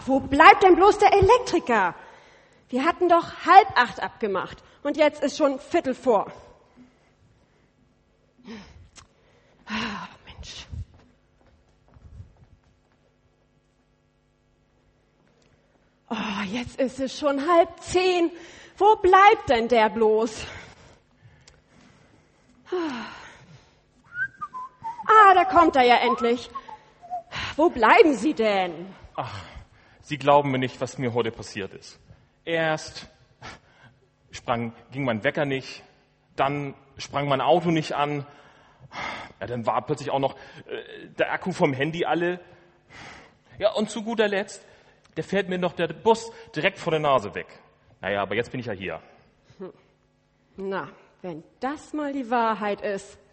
Wo bleibt denn bloß der Elektriker? Wir hatten doch 7:30 abgemacht und jetzt ist schon 7:45. Mensch. Oh, jetzt ist es schon 9:30. Wo bleibt denn der bloß? Da kommt er ja endlich. Wo bleiben Sie denn? Ach, Sie glauben mir nicht, was mir heute passiert ist. Erst ging mein Wecker nicht, dann sprang mein Auto nicht an, ja, dann war plötzlich auch noch der Akku vom Handy alle. Ja, und zu guter Letzt, der fährt mir noch der Bus direkt vor der Nase weg. Naja, aber jetzt bin ich ja hier. Na, wenn das mal die Wahrheit ist.